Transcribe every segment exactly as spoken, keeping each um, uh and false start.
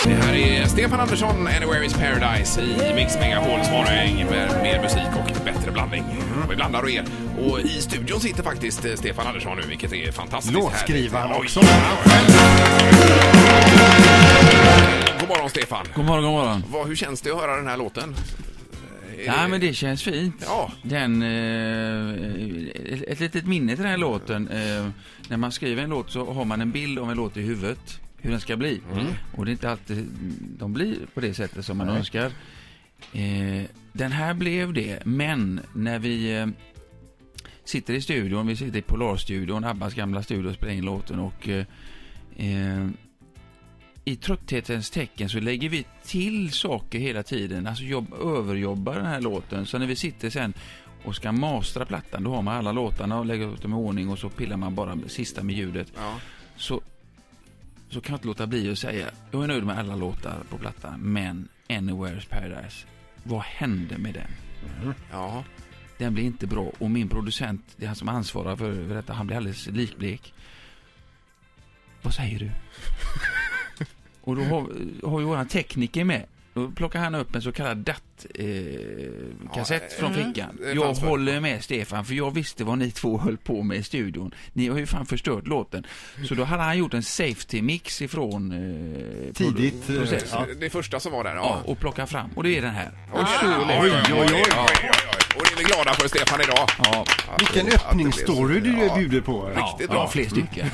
Det här är Stefan Andersson, Anywhere is Paradise i Mix Megapols morgon med mer musik och bättre blandning. Mm. Vi blandar och er. Och i studion sitter faktiskt Stefan Andersson nu, vilket är fantastiskt. Låtskrivaren också. God morgon Stefan. God morgon, god morgon. Vad, hur känns det att höra den här låten? Ja, det... men det känns fint. Ja. Den, eh, ett litet minne till den här låten. Eh, när man skriver en låt så har man en bild av en låt i huvudet. Hur den ska bli. Mm. Och det är inte alltid de blir på det sättet som man Nej. önskar. Eh, den här blev det. Men när vi eh, sitter i studion, vi sitter i Polarstudion, Abbas gamla studio och spelar in låten. Och eh, eh, i trötthetens tecken så lägger vi till saker hela tiden. Alltså jobb, överjobbar den här låten. Så när vi sitter sen och ska mastra plattan, då har man alla låtarna och lägger upp dem i ordning och så pillar man bara sista med ljudet. Ja. Så, så kan jag inte låta bli att säga, jag är nöjd med alla låtar på plattan, men Anywhere is Paradise, vad hände med den? Mm. Ja. Den blir inte bra och min producent, det är han som ansvarar för detta, han blir alldeles likblek. Vad säger du? Och då har, har ju våran tekniker med. Då plockar han upp en så kallad D A T-kassett ja, från fickan. Mm, jag håller med Stefan, för jag visste vad ni två höll på med i studion. Ni har ju fan förstört låten. Så då hade han gjort en safety-mix ifrån eh, tidigt process. Ja. Det första som var där. Ja, ja och plocka fram. Och det är den här. Och ah, oj, oj, oj, oj, oj. Och det är vi glada för Stefan idag. Ja. Vilken öppningsstory du ja. bjuder på. Ja, riktigt bra. Ja, fler stycken.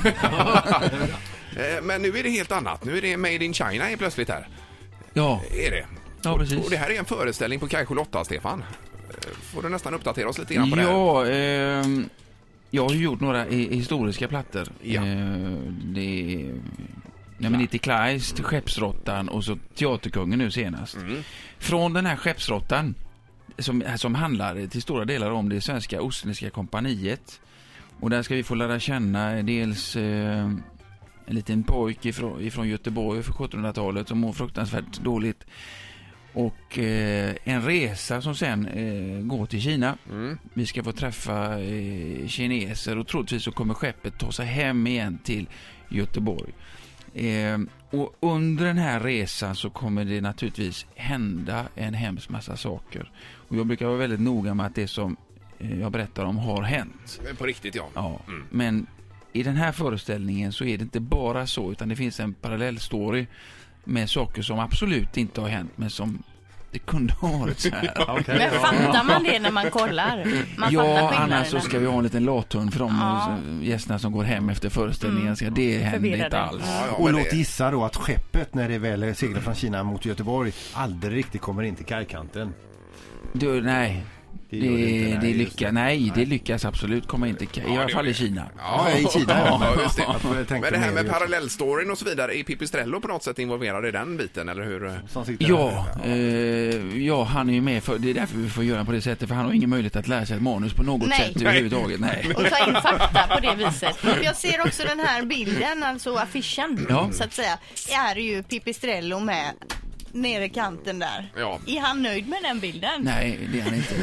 Men nu är det helt annat. Nu är det Made in China är plötsligt här. Ja. Är det? Ja, precis. Och det här är en föreställning på Kaj åtta, Stefan. Får du nästan uppdatera oss lite grann på ja, det här? Eh, jag har ju gjort några historiska plattor. Ja. Eh, det är ja, men Nitti Kleist, Skeppsrottan och så Teaterkungen nu senast. Mm. Från den här Skeppsrottan som, som handlar till stora delar om det svenska Ostindska kompaniet. Och där ska vi få lära känna dels eh, en liten pojk ifrån, ifrån Göteborg för sjuttonhundratalet som mår fruktansvärt dåligt. Och eh, en resa som sen eh, går till Kina. Mm. Vi ska få träffa eh, kineser och troligtvis så kommer skeppet ta sig hem igen till Göteborg. Eh, och under den här resan så kommer det naturligtvis hända en hemsk massa saker. Och jag brukar vara väldigt noga med att det som eh, jag berättar om har hänt. På riktigt, ja. Ja, mm. Men i den här föreställningen så är det inte bara så, utan det finns en parallellstory med saker som absolut inte har hänt, men som det kunde ha varit så här. Okay. Men fattar man det när man kollar? Man ja, annars så ska vi ha en liten lathund för de ja. gästerna som går hem efter föreställningen. Mm. Det händer inte alls. Ja, ja, och låt det... gissa då att skeppet när det väl seglar från Kina mot Göteborg aldrig riktigt kommer in till kajkanten. Du, nej. Det, det, det, det lyckas, nej, det lyckas absolut komma inte i ja, alla fall i Kina. Ja, i Kina. Ja, just det. Men det här med parallellstoryn och så vidare, är Pipistrello på något sätt involverad i den biten, eller hur? Ja, eh, ja, han är ju med för, det är därför vi får göra på det sättet, för han har ingen möjlighet att lära sig ett manus på något nej. sätt överhuvudtaget. Nej. Och ta in fakta på det viset. Jag ser också den här bilden, alltså affischen, ja. så att säga, är ju Pipistrello med nere i kanten där. Ja. Är han nöjd med den bilden? Nej, det är han inte.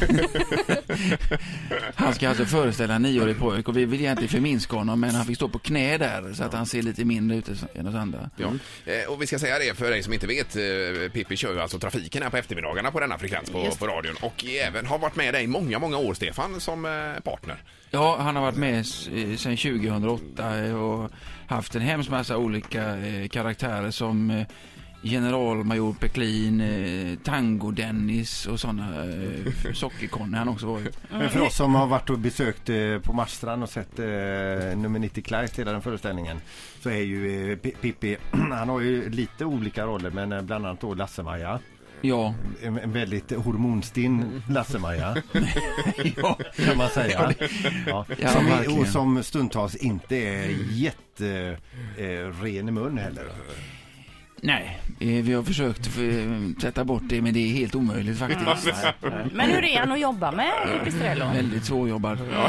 Han ska alltså föreställa en nioårig pojk och vi vill inte förminska honom, men han fick stå på knä där så att han ser lite mindre ut än oss andra. Ja. Eh, och vi ska säga det för dig som inte vet, eh, Pippi kör ju alltså trafiken här på eftermiddagarna på denna frekvens på, på radion och även har varit med dig många, många år, Stefan, som eh, partner. Ja, han har varit med sedan tjugohundraåtta och haft en hemskt massa olika eh, karaktärer som eh, generalmajor Peklin, eh, Tango Dennis och sådana eh, sockerkonner han också varit. Men för oss som har varit och besökt eh, på Marstrand och sett eh, nummer nittio Kleist hela den föreställningen, så är ju eh, Pippi, han har ju lite olika roller, men eh, bland annat då Lasse-Maja. Ja. En, en väldigt hormonstinn Lasse-Maja. Ja, kan man säga. Ja. Ja, som, är, och som stundtals inte är jätte eh, ren i mun heller. Nej, vi har försökt sätta bort det, men det är helt omöjligt faktiskt. Mm. Men hur är han att jobba med Pipistrello? Väldigt svårjobbad. Ja.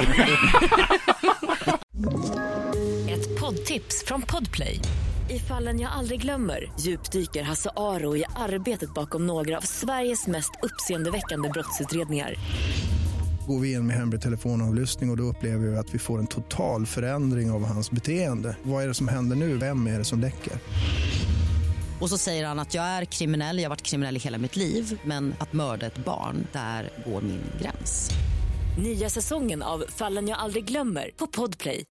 Ett poddtips från Podplay. I Fallen jag aldrig glömmer djupdyker Hasse Aro i arbetet bakom några av Sveriges mest uppseendeväckande brottsutredningar. Går vi in med hemlig telefonavlyssning och då upplever vi att vi får en total förändring av hans beteende. Vad är det som händer nu? Vem är det som läcker? Och så säger han att jag är kriminell, jag har varit kriminell i hela mitt liv. Men att mörda ett barn, där går min gräns. Nya säsongen av Fallen jag aldrig glömmer på Podplay.